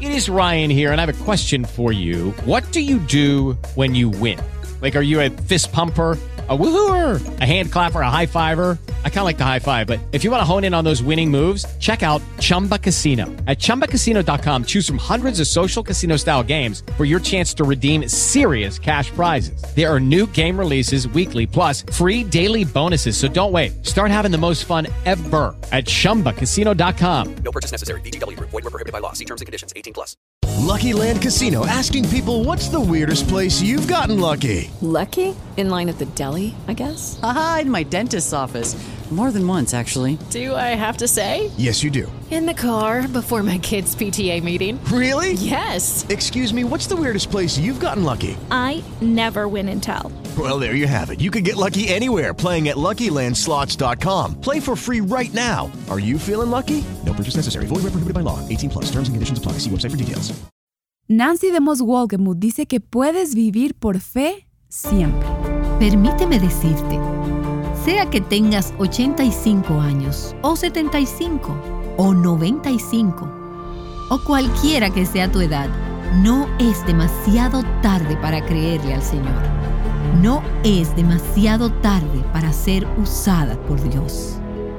It is Ryan here, and I have a question for you. What do you do when you win? Like, are you a fist pumper, a woohooer, a hand clapper, a high fiver? I kind of like the high five, but if you want to hone in on those winning moves, check out Chumba Casino. At ChumbaCasino.com, choose from hundreds of social casino-style games for your chance to redeem serious cash prizes. There are new game releases weekly, plus free daily bonuses. So don't wait. Start having the most fun ever at ChumbaCasino.com. No purchase necessary. VGW Group. Void where prohibited by law. See terms and conditions. 18+. Lucky Land Casino, asking people, what's the weirdest place you've gotten lucky? Lucky? In line at the deli, I guess? Aha, in my dentist's office. More than once, actually. Do I have to say? Yes, you do. In the car before my kids' PTA meeting. Really? Yes. Excuse me, what's the weirdest place you've gotten lucky? I never win and tell. Well, there you have it. You can get lucky anywhere, playing at LuckyLandSlots.com. Play for free right now. Are you feeling lucky? No purchase necessary. Void where prohibited by law. 18+. Terms and conditions apply. See website for details. Nancy DeMoss Wolgemuth dice que puedes vivir por fe siempre. Permíteme decirte, sea que tengas 85 años, o 75, o 95, o cualquiera que sea tu edad, no es demasiado tarde para creerle al Señor. No es demasiado tarde para ser usada por Dios.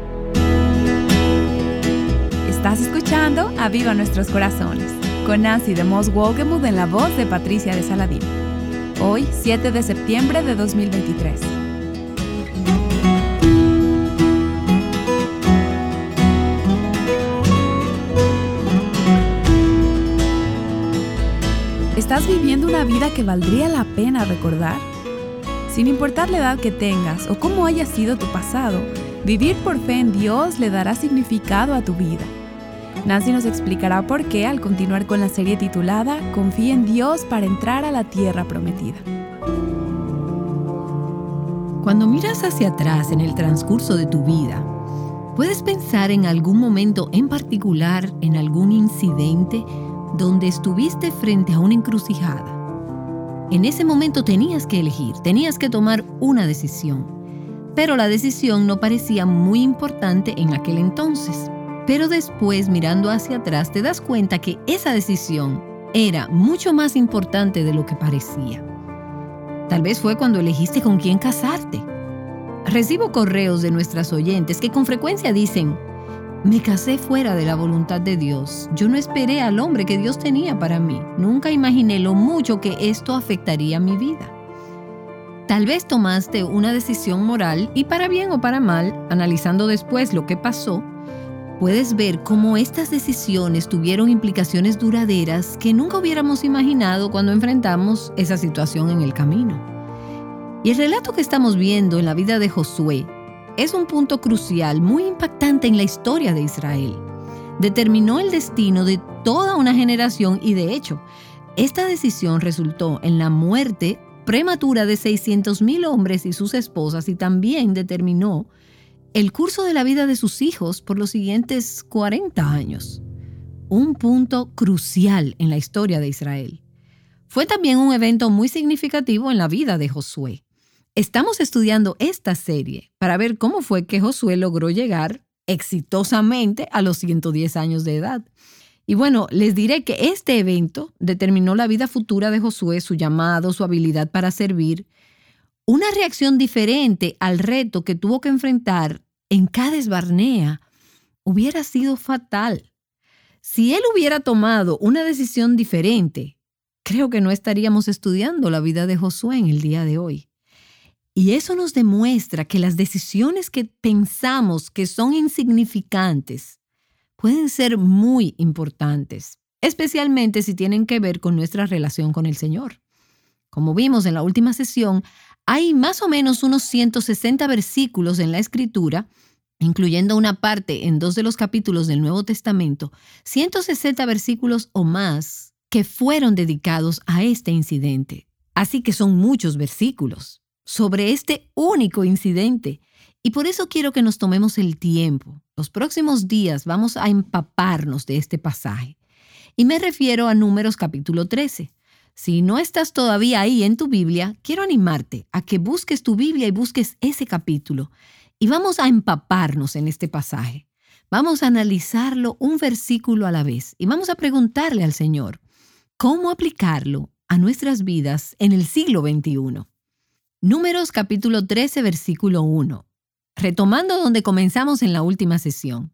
Estás escuchando Aviva Nuestros Corazones, con Nancy DeMoss Wolgemuth en la voz de Patricia de Saladín. Hoy, 7 de septiembre de 2023. ¿Estás viviendo una vida que valdría la pena recordar? Sin importar la edad que tengas o cómo haya sido tu pasado, vivir por fe en Dios le dará significado a tu vida. Nancy nos explicará por qué al continuar con la serie titulada Confía en Dios para entrar a la tierra prometida. Cuando miras hacia atrás en el transcurso de tu vida, ¿puedes pensar en algún momento en particular, en algún incidente donde estuviste frente a una encrucijada? En ese momento tenías que elegir, tenías que tomar una decisión, pero la decisión no parecía muy importante en aquel entonces. Pero después, mirando hacia atrás, te das cuenta que esa decisión era mucho más importante de lo que parecía. Tal vez fue cuando elegiste con quién casarte. Recibo correos de nuestras oyentes que con frecuencia dicen: me casé fuera de la voluntad de Dios. Yo no esperé al hombre que Dios tenía para mí. Nunca imaginé lo mucho que esto afectaría mi vida. Tal vez tomaste una decisión moral y para bien o para mal, analizando después lo que pasó, puedes ver cómo estas decisiones tuvieron implicaciones duraderas que nunca hubiéramos imaginado cuando enfrentamos esa situación en el camino. Y el relato que estamos viendo en la vida de Josué es un punto crucial, muy impactante en la historia de Israel. Determinó el destino de toda una generación y, de hecho, esta decisión resultó en la muerte prematura de 600,000 hombres y sus esposas y también determinó el curso de la vida de sus hijos por los siguientes 40 años. Un punto crucial en la historia de Israel. Fue también un evento muy significativo en la vida de Josué. Estamos estudiando esta serie para ver cómo fue que Josué logró llegar exitosamente a los 110 años de edad. Y bueno, les diré que este evento determinó la vida futura de Josué, su llamado, su habilidad para servir, una reacción diferente al reto que tuvo que enfrentar en Cades Barnea hubiera sido fatal. Si él hubiera tomado una decisión diferente, creo que no estaríamos estudiando la vida de Josué en el día de hoy. Y eso nos demuestra que las decisiones que pensamos que son insignificantes pueden ser muy importantes, especialmente si tienen que ver con nuestra relación con el Señor. Como vimos en la última sesión, hay más o menos unos 160 versículos en la Escritura, incluyendo una parte en 2 de los capítulos del Nuevo Testamento, 160 versículos o más que fueron dedicados a este incidente. Así que son muchos versículos sobre este único incidente. Y por eso quiero que nos tomemos el tiempo. Los próximos días vamos a empaparnos de este pasaje. Y me refiero a Números capítulo 13. Si no estás todavía ahí en tu Biblia, quiero animarte a que busques tu Biblia y busques ese capítulo. Y vamos a empaparnos en este pasaje. Vamos a analizarlo un versículo a la vez y vamos a preguntarle al Señor cómo aplicarlo a nuestras vidas en el siglo XXI. Números capítulo 13, versículo 1. Retomando donde comenzamos en la última sesión.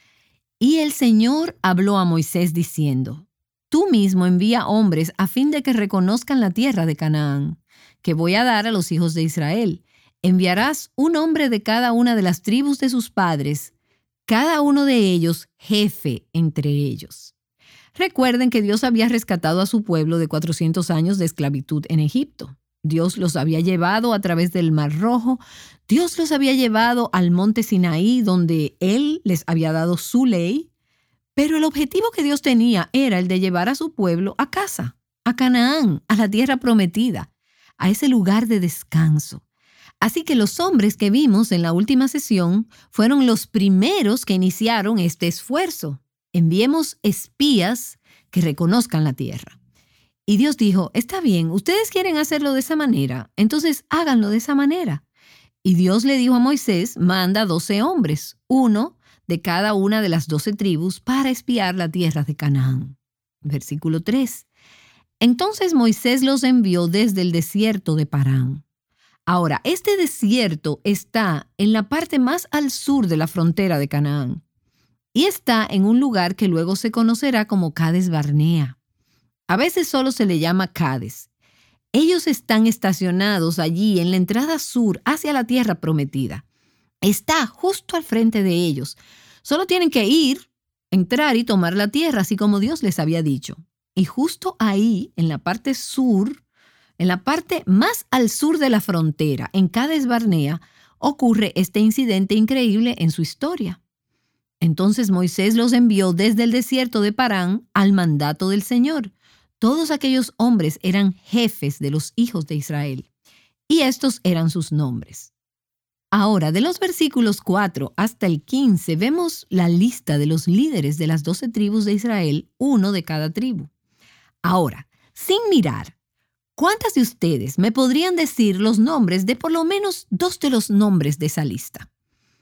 Y el Señor habló a Moisés diciendo: Tú mismo envía hombres a fin de que reconozcan la tierra de Canaán, que voy a dar a los hijos de Israel. Enviarás un hombre de cada una de las tribus de sus padres, cada uno de ellos jefe entre ellos. Recuerden que Dios había rescatado a su pueblo de 400 años de esclavitud en Egipto. Dios los había llevado a través del Mar Rojo. Dios los había llevado al monte Sinaí, donde Él les había dado su ley. Pero el objetivo que Dios tenía era el de llevar a su pueblo a casa, a Canaán, a la tierra prometida, a ese lugar de descanso. Así que los hombres que vimos en la última sesión fueron los primeros que iniciaron este esfuerzo. Enviemos espías que reconozcan la tierra. Y Dios dijo: está bien, ustedes quieren hacerlo de esa manera, entonces háganlo de esa manera. Y Dios le dijo a Moisés: manda 12 hombres, uno de cada una de las 12 tribus, para espiar la tierra de Canaán. Versículo 3. Entonces Moisés los envió desde el desierto de Parán. Ahora, este desierto está en la parte más al sur de la frontera de Canaán y está en un lugar que luego se conocerá como Cades Barnea. A veces solo se le llama Cades. Ellos están estacionados allí en la entrada sur hacia la tierra prometida. Está justo al frente de ellos. Solo tienen que ir, entrar y tomar la tierra, así como Dios les había dicho. Y justo ahí, en la parte sur, en la parte más al sur de la frontera, en Cades Barnea, ocurre este incidente increíble en su historia. Entonces Moisés los envió desde el desierto de Parán al mandato del Señor. Todos aquellos hombres eran jefes de los hijos de Israel, y estos eran sus nombres. Ahora, de los versículos 4 hasta el 15, vemos la lista de los líderes de las 12 tribus de Israel, uno de cada tribu. Ahora, sin mirar, ¿cuántas de ustedes me podrían decir los nombres de por lo menos 2 de los nombres de esa lista?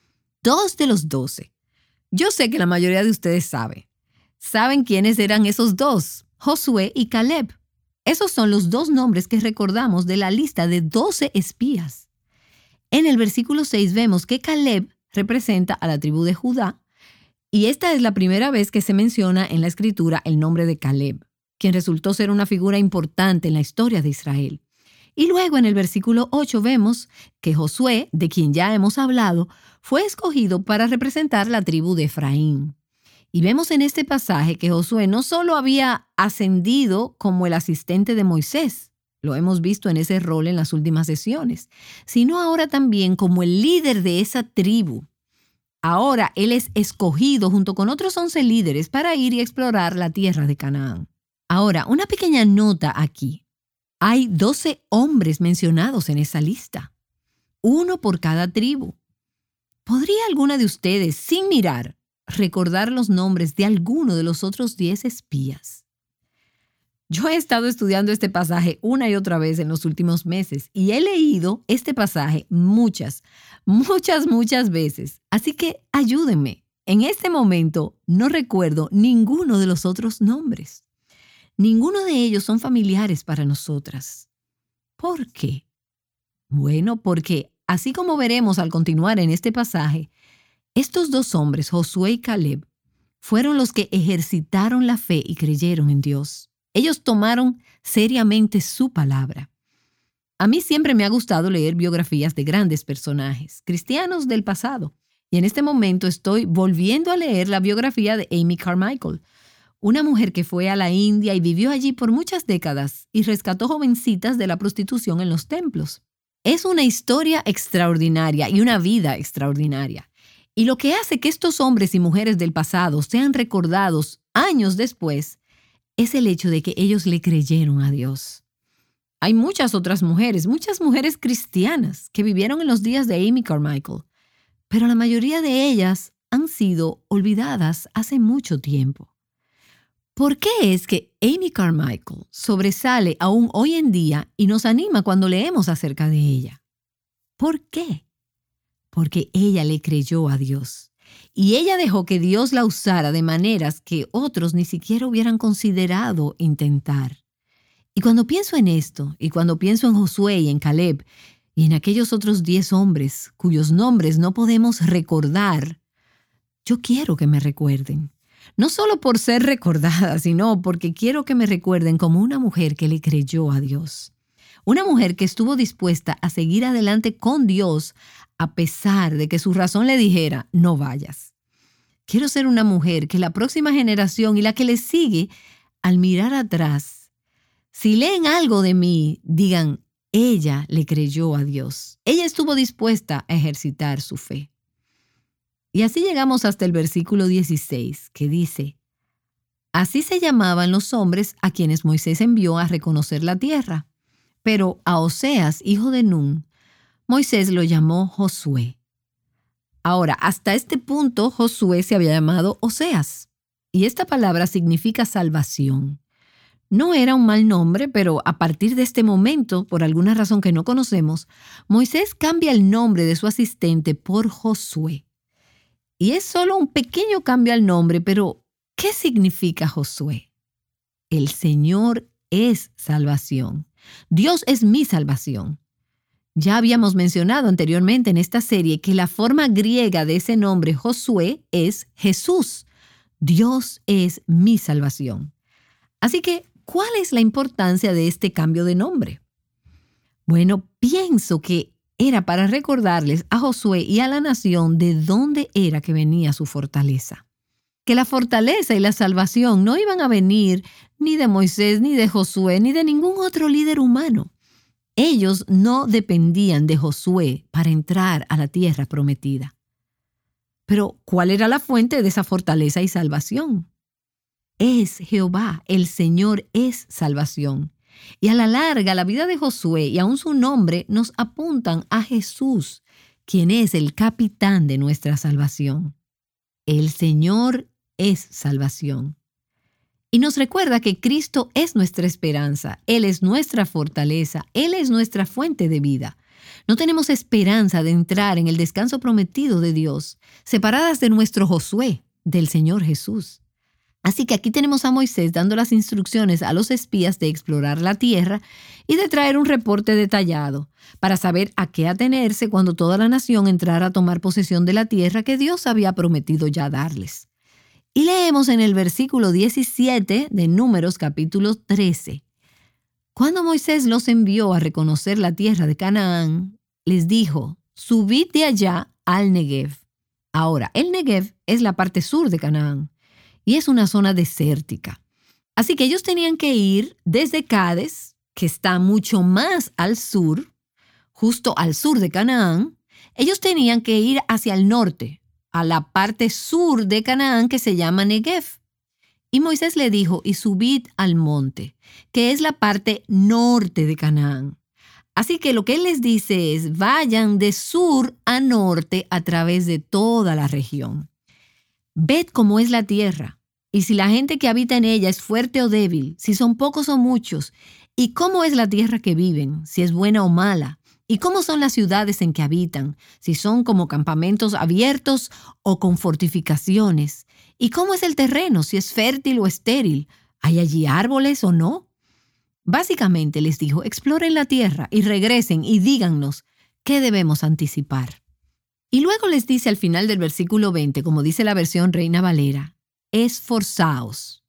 2 de los 12. Yo sé que la mayoría de ustedes saben quiénes eran esos 2. Josué y Caleb. Esos son los 2 nombres que recordamos de la lista de 12 espías. En el versículo 6 vemos que Caleb representa a la tribu de Judá, y esta es la primera vez que se menciona en la Escritura el nombre de Caleb, quien resultó ser una figura importante en la historia de Israel. Y luego en el versículo 8 vemos que Josué, de quien ya hemos hablado, fue escogido para representar la tribu de Efraín. Y vemos en este pasaje que Josué no solo había ascendido como el asistente de Moisés, lo hemos visto en ese rol en las últimas sesiones, sino ahora también como el líder de esa tribu. Ahora él es escogido junto con otros 11 líderes para ir y explorar la tierra de Canaán. Ahora, una pequeña nota aquí. Hay 12 hombres mencionados en esa lista, uno por cada tribu. ¿Podría alguna de ustedes, sin mirar, recordar los nombres de alguno de los otros 10 espías? Yo he estado estudiando este pasaje una y otra vez en los últimos meses y he leído este pasaje muchas veces. Así que ayúdenme. En este momento no recuerdo ninguno de los otros nombres. Ninguno de ellos son familiares para nosotras. ¿Por qué? Bueno, porque así como veremos al continuar en este pasaje, estos 2 hombres, Josué y Caleb, fueron los que ejercitaron la fe y creyeron en Dios. Ellos tomaron seriamente su palabra. A mí siempre me ha gustado leer biografías de grandes personajes, cristianos del pasado. Y en este momento estoy volviendo a leer la biografía de Amy Carmichael, una mujer que fue a la India y vivió allí por muchas décadas y rescató jovencitas de la prostitución en los templos. Es una historia extraordinaria y una vida extraordinaria. Y lo que hace que estos hombres y mujeres del pasado sean recordados años después es el hecho de que ellos le creyeron a Dios. Hay muchas otras mujeres cristianas que vivieron en los días de Amy Carmichael, pero la mayoría de ellas han sido olvidadas hace mucho tiempo. ¿Por qué es que Amy Carmichael sobresale aún hoy en día y nos anima cuando leemos acerca de ella? ¿Por qué? Porque ella le creyó a Dios. Y ella dejó que Dios la usara de maneras que otros ni siquiera hubieran considerado intentar. Y cuando pienso en esto, y cuando pienso en Josué y en Caleb, y en aquellos otros 10 hombres cuyos nombres no podemos recordar, yo quiero que me recuerden. No solo por ser recordada, sino porque quiero que me recuerden como una mujer que le creyó a Dios. Una mujer que estuvo dispuesta a seguir adelante con Dios a pesar de que su razón le dijera, no vayas. Quiero ser una mujer que la próxima generación y la que le sigue, al mirar atrás, si leen algo de mí, digan, ella le creyó a Dios. Ella estuvo dispuesta a ejercitar su fe. Y así llegamos hasta el versículo 16, que dice, así se llamaban los hombres a quienes Moisés envió a reconocer la tierra. Pero a Oseas, hijo de Nun, Moisés lo llamó Josué. Ahora, hasta este punto, Josué se había llamado Oseas. Y esta palabra significa salvación. No era un mal nombre, pero a partir de este momento, por alguna razón que no conocemos, Moisés cambia el nombre de su asistente por Josué. Y es solo un pequeño cambio al nombre, pero ¿qué significa Josué? El Señor es salvación. Dios es mi salvación. Ya habíamos mencionado anteriormente en esta serie que la forma griega de ese nombre Josué es Jesús. Dios es mi salvación. Así que, ¿cuál es la importancia de este cambio de nombre? Bueno, pienso que era para recordarles a Josué y a la nación de dónde era que venía su fortaleza. Que la fortaleza y la salvación no iban a venir ni de Moisés, ni de Josué, ni de ningún otro líder humano. Ellos no dependían de Josué para entrar a la tierra prometida. Pero, ¿cuál era la fuente de esa fortaleza y salvación? Es Jehová, el Señor es salvación. Y a la larga, la vida de Josué y aún su nombre nos apuntan a Jesús, quien es el capitán de nuestra salvación. El Señor es salvación. Y nos recuerda que Cristo es nuestra esperanza, Él es nuestra fortaleza, Él es nuestra fuente de vida. No tenemos esperanza de entrar en el descanso prometido de Dios, separadas de nuestro Josué, del Señor Jesús. Así que aquí tenemos a Moisés dando las instrucciones a los espías de explorar la tierra y de traer un reporte detallado para saber a qué atenerse cuando toda la nación entrara a tomar posesión de la tierra que Dios había prometido ya darles. Y leemos en el versículo 17 de Números capítulo 13. Cuando Moisés los envió a reconocer la tierra de Canaán, les dijo, subid de allá al Negev. Ahora, el Negev es la parte sur de Canaán. Y es una zona desértica. Así que ellos tenían que ir desde Cades, que está mucho más al sur, justo al sur de Canaán. Ellos tenían que ir hacia el norte, a la parte sur de Canaán que se llama Negev. Y Moisés le dijo, y subid al monte, que es la parte norte de Canaán. Así que lo que él les dice es, vayan de sur a norte a través de toda la región. Ved cómo es la tierra. Y si la gente que habita en ella es fuerte o débil, si son pocos o muchos, y cómo es la tierra que viven, si es buena o mala, y cómo son las ciudades en que habitan, si son como campamentos abiertos o con fortificaciones, y cómo es el terreno, si es fértil o estéril, ¿hay allí árboles o no? Básicamente les dijo, exploren la tierra y regresen y díganos qué debemos anticipar. Y luego les dice al final del versículo 20, como dice la versión Reina Valera, esforzaos,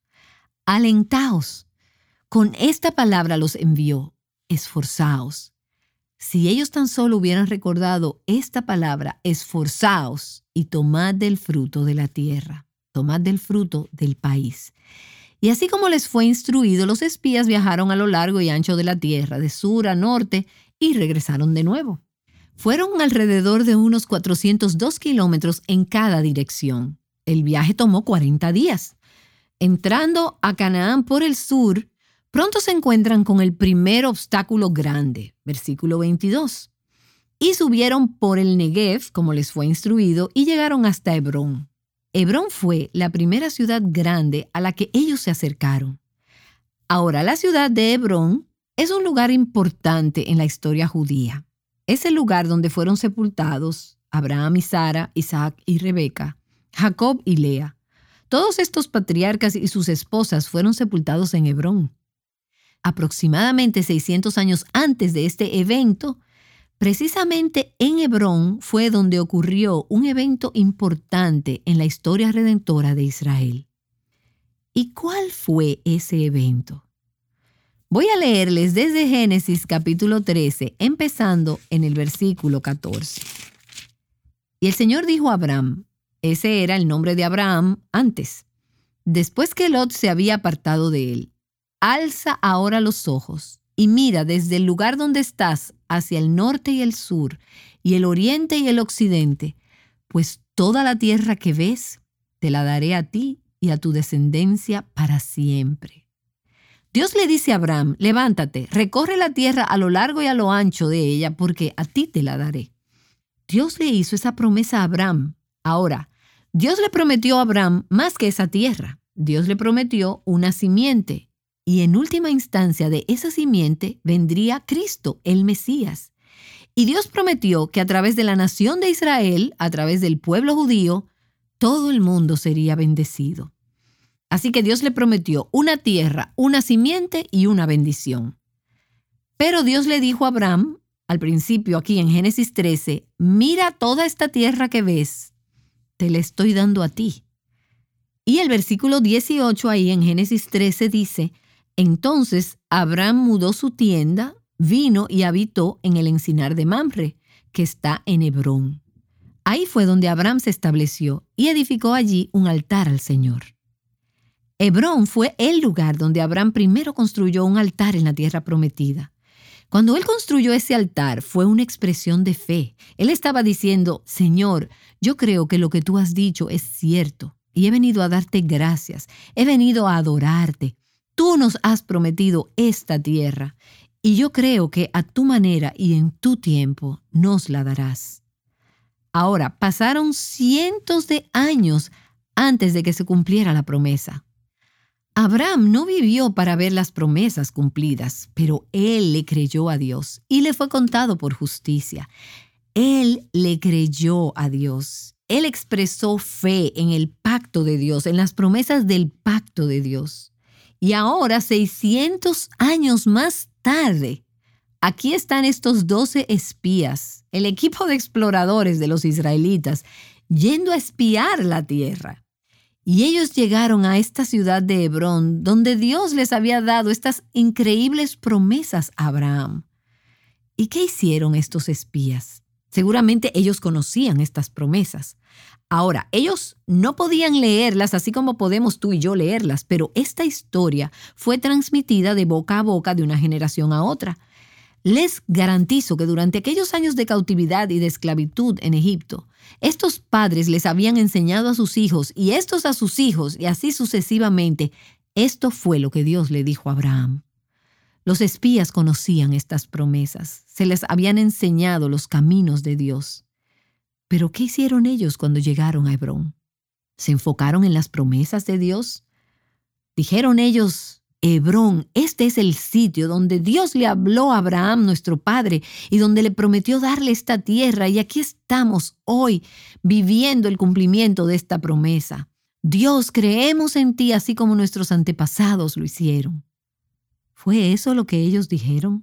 alentaos. Con esta palabra los envió, esforzaos. Si ellos tan solo hubieran recordado esta palabra, esforzaos, y tomad del fruto de la tierra, tomad del fruto del país. Y así como les fue instruido, los espías viajaron a lo largo y ancho de la tierra, de sur a norte, y regresaron de nuevo. Fueron alrededor de unos 402 kilómetros en cada dirección. El viaje tomó 40 días. Entrando a Canaán por el sur, pronto se encuentran con el primer obstáculo grande, versículo 22. Y subieron por el Negev, como les fue instruido, y llegaron hasta Hebrón. Hebrón fue la primera ciudad grande a la que ellos se acercaron. Ahora, la ciudad de Hebrón es un lugar importante en la historia judía. Es el lugar donde fueron sepultados Abraham y Sara, Isaac y Rebeca, Jacob y Lea. Todos estos patriarcas y sus esposas fueron sepultados en Hebrón. Aproximadamente 600 años antes de este evento, precisamente en Hebrón fue donde ocurrió un evento importante en la historia redentora de Israel. ¿Y cuál fue ese evento? Voy a leerles desde Génesis capítulo 13, empezando en el versículo 14. Y el Señor dijo a Abraham, ese era el nombre de Abraham antes, después que Lot se había apartado de él, alza ahora los ojos y mira desde el lugar donde estás hacia el norte y el sur, y el oriente y el occidente, pues toda la tierra que ves te la daré a ti y a tu descendencia para siempre. Dios le dice a Abraham, levántate, recorre la tierra a lo largo y a lo ancho de ella, porque a ti te la daré. Dios le hizo esa promesa a Abraham. Ahora, Dios le prometió a Abraham más que esa tierra. Dios le prometió una simiente, y en última instancia de esa simiente vendría Cristo, el Mesías. Y Dios prometió que a través de la nación de Israel, a través del pueblo judío, todo el mundo sería bendecido. Así que Dios le prometió una tierra, una simiente y una bendición. Pero Dios le dijo a Abraham, al principio aquí en Génesis 13, mira toda esta tierra que ves, te la estoy dando a ti. Y el versículo 18 ahí en Génesis 13 dice, entonces Abraham mudó su tienda, vino y habitó en el encinar de Mamre, que está en Hebrón. Ahí fue donde Abraham se estableció y edificó allí un altar al Señor. Hebrón fue el lugar donde Abraham primero construyó un altar en la tierra prometida. Cuando él construyó ese altar fue una expresión de fe. Él estaba diciendo, Señor, yo creo que lo que tú has dicho es cierto y he venido a darte gracias, he venido a adorarte. Tú nos has prometido esta tierra y yo creo que a tu manera y en tu tiempo nos la darás. Ahora, pasaron cientos de años antes de que se cumpliera la promesa. Abraham no vivió para ver las promesas cumplidas, pero él le creyó a Dios y le fue contado por justicia. Él le creyó a Dios. Él expresó fe en el pacto de Dios, en las promesas del pacto de Dios. Y ahora, 600 años más tarde, aquí están estos 12 espías, el equipo de exploradores de los israelitas, yendo a espiar la tierra. Y ellos llegaron a esta ciudad de Hebrón, donde Dios les había dado estas increíbles promesas a Abraham. ¿Y qué hicieron estos espías? Seguramente ellos conocían estas promesas. Ahora, ellos no podían leerlas así como podemos tú y yo leerlas, pero esta historia fue transmitida de boca a boca de una generación a otra. Les garantizo que durante aquellos años de cautividad y de esclavitud en Egipto, estos padres les habían enseñado a sus hijos y estos a sus hijos y así sucesivamente. Esto fue lo que Dios le dijo a Abraham. Los espías conocían estas promesas, se les habían enseñado los caminos de Dios. Pero ¿qué hicieron ellos cuando llegaron a Hebrón? ¿Se enfocaron en las promesas de Dios? Dijeron ellos, Hebrón, este es el sitio donde Dios le habló a Abraham, nuestro padre, y donde le prometió darle esta tierra, y aquí estamos hoy viviendo el cumplimiento de esta promesa. Dios, creemos en ti así como nuestros antepasados lo hicieron. ¿Fue eso lo que ellos dijeron?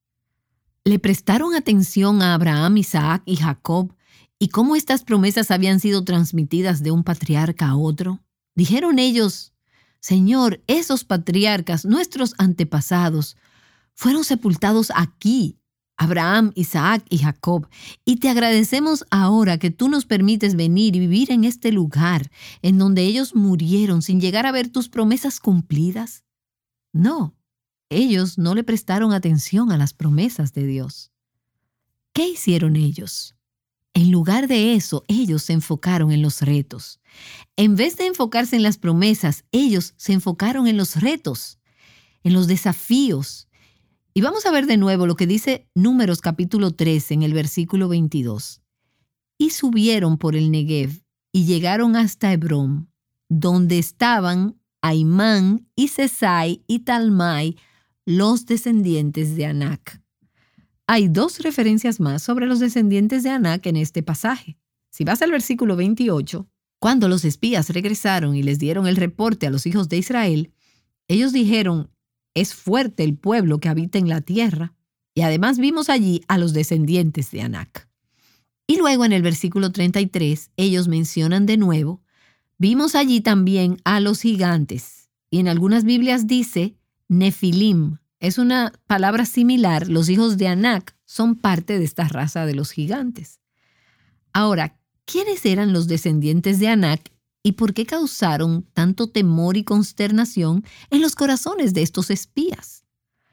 ¿Le prestaron atención a Abraham, Isaac y Jacob y cómo estas promesas habían sido transmitidas de un patriarca a otro? Dijeron ellos, Señor, esos patriarcas, nuestros antepasados, fueron sepultados aquí, Abraham, Isaac y Jacob, y te agradecemos ahora que tú nos permites venir y vivir en este lugar en donde ellos murieron sin llegar a ver tus promesas cumplidas. No, ellos no le prestaron atención a las promesas de Dios. ¿Qué hicieron ellos? En lugar de eso, ellos se enfocaron en los retos. En vez de enfocarse en las promesas, ellos se enfocaron en los retos, en los desafíos. Y vamos a ver de nuevo lo que dice Números capítulo 13 en el versículo 22. Y subieron por el Negev y llegaron hasta Hebrón, donde estaban Aimán y Sesai y Talmai, los descendientes de Anac. Hay 2 referencias más sobre los descendientes de Anac en este pasaje. Si vas al versículo 28, Cuando los espías regresaron y les dieron el reporte a los hijos de Israel, ellos dijeron, es fuerte el pueblo que habita en la tierra. Y además vimos allí a los descendientes de Anac. Y luego en el versículo 33, ellos mencionan de nuevo, vimos allí también a los gigantes. Y en algunas Biblias dice Nefilim. Es una palabra similar. Los hijos de Anac son parte de esta raza de los gigantes. Ahora, ¿quiénes eran los descendientes de Anac y por qué causaron tanto temor y consternación en los corazones de estos espías?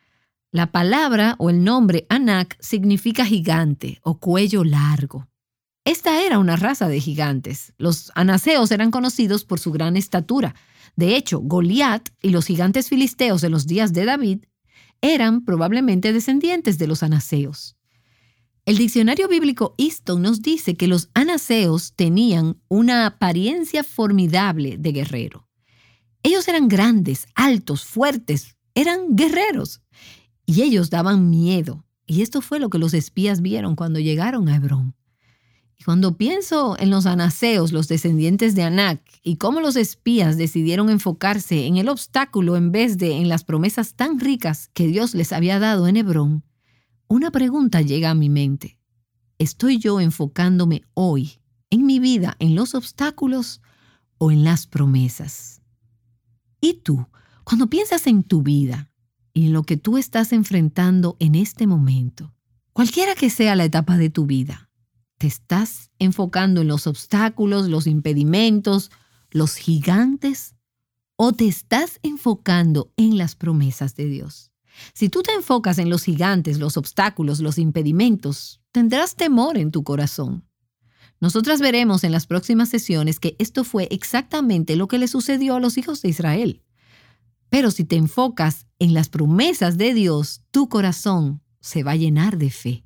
La palabra o el nombre Anac significa gigante o cuello largo. Esta era una raza de gigantes. Los anaseos eran conocidos por su gran estatura. De hecho, Goliat y los gigantes filisteos en los días de David eran probablemente descendientes de los anaseos. El diccionario bíblico Easton nos dice que los anaseos tenían una apariencia formidable de guerrero. Ellos eran grandes, altos, fuertes, eran guerreros. Y ellos daban miedo. Y esto fue lo que los espías vieron cuando llegaron a Hebrón. Y cuando pienso en los anaseos, los descendientes de Anac, y cómo los espías decidieron enfocarse en el obstáculo en vez de en las promesas tan ricas que Dios les había dado en Hebrón, una pregunta llega a mi mente. ¿Estoy yo enfocándome hoy en mi vida en los obstáculos o en las promesas? ¿Y tú, cuando piensas en tu vida y en lo que tú estás enfrentando en este momento, cualquiera que sea la etapa de tu vida, ¿te estás enfocando en los obstáculos, los impedimentos, los gigantes? ¿O te estás enfocando en las promesas de Dios? Si tú te enfocas en los gigantes, los obstáculos, los impedimentos, tendrás temor en tu corazón. Nosotras veremos en las próximas sesiones que esto fue exactamente lo que le sucedió a los hijos de Israel. Pero si te enfocas en las promesas de Dios, tu corazón se va a llenar de fe.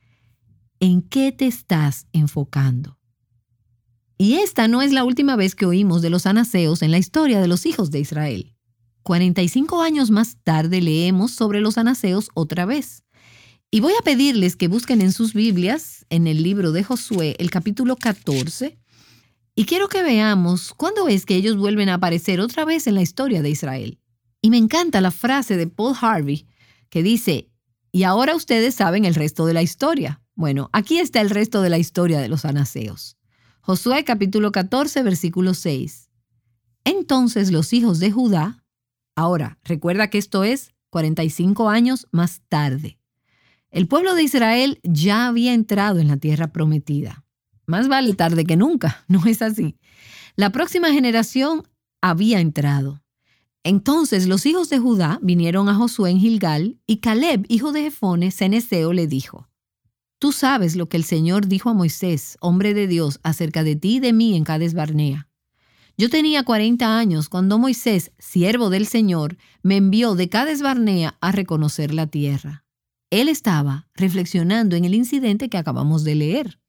¿En qué te estás enfocando? Y esta no es la última vez que oímos de los anaseos en la historia de los hijos de Israel. 45 años más tarde leemos sobre los anaseos otra vez. Y voy a pedirles que busquen en sus Biblias, en el libro de Josué, el capítulo 14, y quiero que veamos cuándo es que ellos vuelven a aparecer otra vez en la historia de Israel. Y me encanta la frase de Paul Harvey que dice, y ahora ustedes saben el resto de la historia. Bueno, aquí está el resto de la historia de los anaseos. Josué capítulo 14, versículo 6. Entonces los hijos de Judá, ahora recuerda que esto es 45 años más tarde. El pueblo de Israel ya había entrado en la tierra prometida. Más vale tarde que nunca, ¿no es así? La próxima generación había entrado. Entonces los hijos de Judá vinieron a Josué en Gilgal y Caleb, hijo de Jefone, ceneseo, le dijo, tú sabes lo que el Señor dijo a Moisés, hombre de Dios, acerca de ti y de mí en Cades Barnea. Yo tenía 40 años cuando Moisés, siervo del Señor, me envió de Cades Barnea a reconocer la tierra. Él estaba reflexionando en el incidente que acabamos de leer.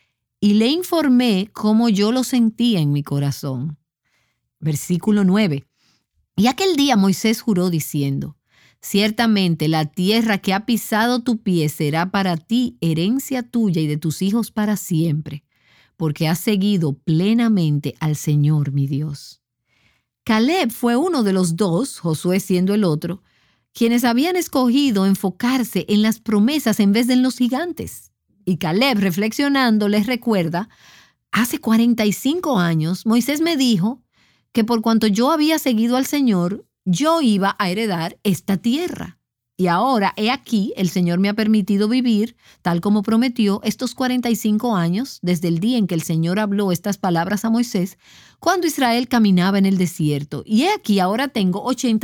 Y le informé cómo yo lo sentía en mi corazón. Versículo 9. Y aquel día Moisés juró diciendo, ciertamente la tierra que ha pisado tu pie será para ti herencia tuya y de tus hijos para siempre, porque has seguido plenamente al Señor mi Dios. Caleb fue uno de los dos, Josué siendo el otro, quienes habían escogido enfocarse en las promesas en vez de en los gigantes. Y Caleb, reflexionando, les recuerda, hace 45 años Moisés me dijo que por cuanto yo había seguido al Señor, yo iba a heredar esta tierra. Y ahora, he aquí, el Señor me ha permitido vivir, tal como prometió, estos 45 años, desde el día en que el Señor habló estas palabras a Moisés, cuando Israel caminaba en el desierto. Y he aquí, ahora tengo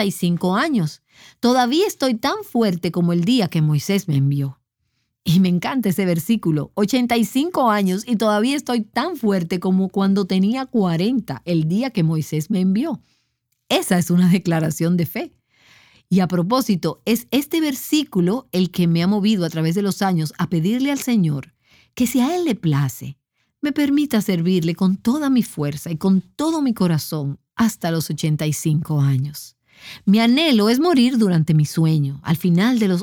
85 años. Todavía estoy tan fuerte como el día que Moisés me envió. Y me encanta ese versículo, 85 años y todavía estoy tan fuerte como cuando tenía 40, el día que Moisés me envió. Esa es una declaración de fe. Y a propósito, es este versículo el que me ha movido a través de los años a pedirle al Señor que si a Él le place, me permita servirle con toda mi fuerza y con todo mi corazón hasta los 85 años. Mi anhelo es morir durante mi sueño, al final de los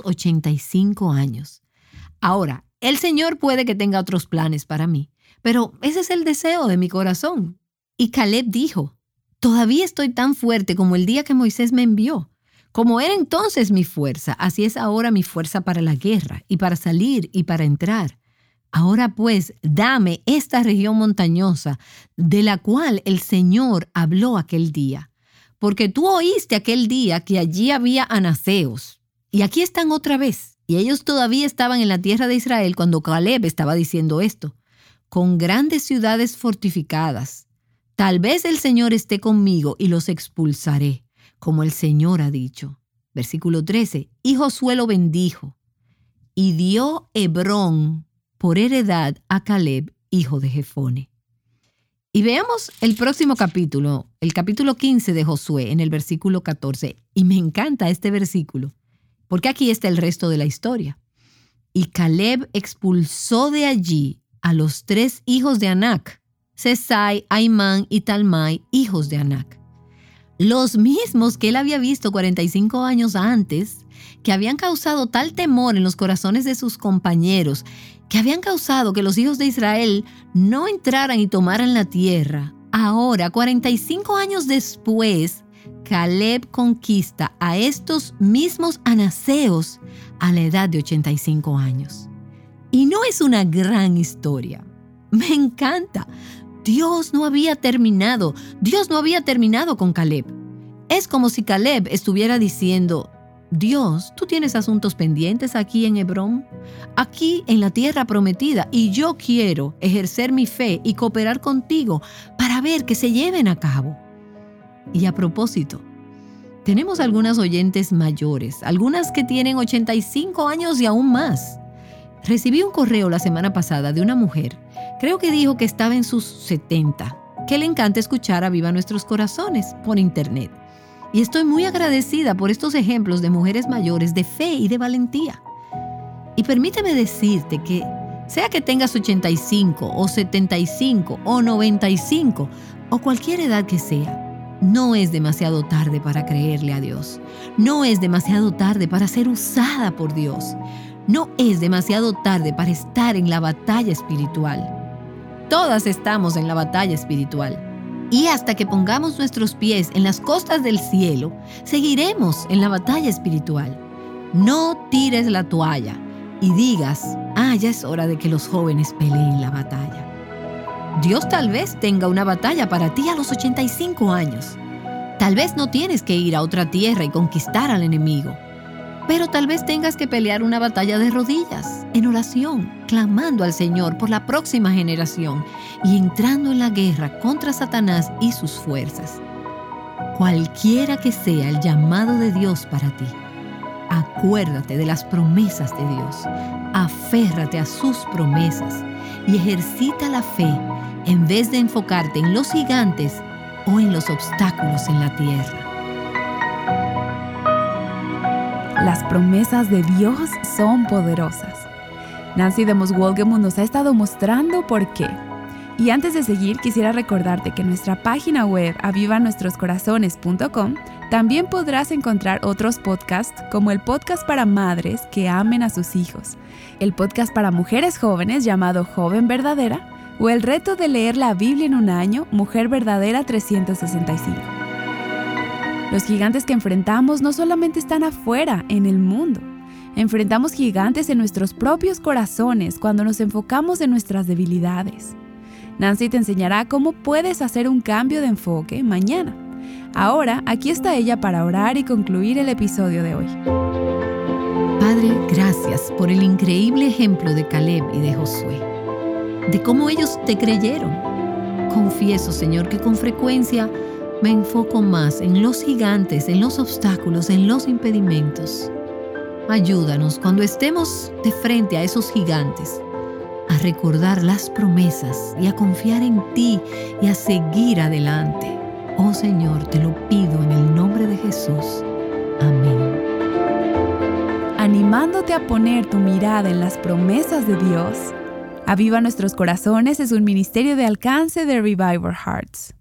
85 años. Ahora, el Señor puede que tenga otros planes para mí, pero ese es el deseo de mi corazón. Y Caleb dijo, todavía estoy tan fuerte como el día que Moisés me envió. Como era entonces mi fuerza, así es ahora mi fuerza para la guerra, y para salir y para entrar. Ahora pues, dame esta región montañosa, de la cual el Señor habló aquel día. Porque tú oíste aquel día que allí había anaceos. Y aquí están otra vez. Y ellos todavía estaban en la tierra de Israel cuando Caleb estaba diciendo esto. Con grandes ciudades fortificadas. Tal vez el Señor esté conmigo y los expulsaré, como el Señor ha dicho. Versículo 13. Y Josué lo bendijo. Y dio Hebrón por heredad a Caleb, hijo de Jefone. Y veamos el próximo capítulo, el capítulo 15 de Josué, en el versículo 14. Y me encanta este versículo, porque aquí está el resto de la historia. Y Caleb expulsó de allí a los 3 hijos de Anac, Sesai, Aimán y Talmai, hijos de Anac. Los mismos que él había visto 45 años antes, que habían causado tal temor en los corazones de sus compañeros, que habían causado que los hijos de Israel no entraran y tomaran la tierra. Ahora, 45 años después, Caleb conquista a estos mismos anaceos a la edad de 85 años. Y no es una gran historia. Me encanta. Dios no había terminado con Caleb. Es como si Caleb estuviera diciendo, Dios, tú tienes asuntos pendientes aquí en Hebrón, aquí en la tierra prometida, y yo quiero ejercer mi fe y cooperar contigo para ver que se lleven a cabo. Y a propósito, tenemos algunas oyentes mayores, algunas que tienen 85 años y aún más. Recibí un correo la semana pasada de una mujer, creo que dijo que estaba en sus 70, que le encanta escuchar a Viva Nuestros Corazones por internet. Y estoy muy agradecida por estos ejemplos de mujeres mayores de fe y de valentía. Y permíteme decirte que, sea que tengas 85 o 75 o 95 o cualquier edad que sea, no es demasiado tarde para creerle a Dios. No es demasiado tarde para ser usada por Dios. No es demasiado tarde para estar en la batalla espiritual. Todas estamos en la batalla espiritual. Y hasta que pongamos nuestros pies en las costas del cielo, seguiremos en la batalla espiritual. No tires la toalla y digas, ya es hora de que los jóvenes peleen la batalla. Dios tal vez tenga una batalla para ti a los 85 años. Tal vez no tienes que ir a otra tierra y conquistar al enemigo. Pero tal vez tengas que pelear una batalla de rodillas, en oración, clamando al Señor por la próxima generación y entrando en la guerra contra Satanás y sus fuerzas. Cualquiera que sea el llamado de Dios para ti, acuérdate de las promesas de Dios, aférrate a sus promesas y ejercita la fe en vez de enfocarte en los gigantes o en los obstáculos en la tierra. Las promesas de Dios son poderosas. Nancy DeMoss Wolgemuth nos ha estado mostrando por qué. Y antes de seguir, quisiera recordarte que en nuestra página web avivanuestroscorazones.com también podrás encontrar otros podcasts como el podcast para madres que amen a sus hijos, el podcast para mujeres jóvenes llamado Joven Verdadera o el reto de leer la Biblia en un año, Mujer Verdadera 365. Los gigantes que enfrentamos no solamente están afuera, en el mundo. Enfrentamos gigantes en nuestros propios corazones cuando nos enfocamos en nuestras debilidades. Nancy te enseñará cómo puedes hacer un cambio de enfoque mañana. Ahora, aquí está ella para orar y concluir el episodio de hoy. Padre, gracias por el increíble ejemplo de Caleb y de Josué, de cómo ellos te creyeron. Confieso, Señor, que con frecuencia me enfoco más en los gigantes, en los obstáculos, en los impedimentos. Ayúdanos cuando estemos de frente a esos gigantes a recordar las promesas y a confiar en ti y a seguir adelante. Oh Señor, te lo pido en el nombre de Jesús. Amén. Animándote a poner tu mirada en las promesas de Dios, Aviva Nuestros Corazones es un ministerio de alcance de Revival Hearts.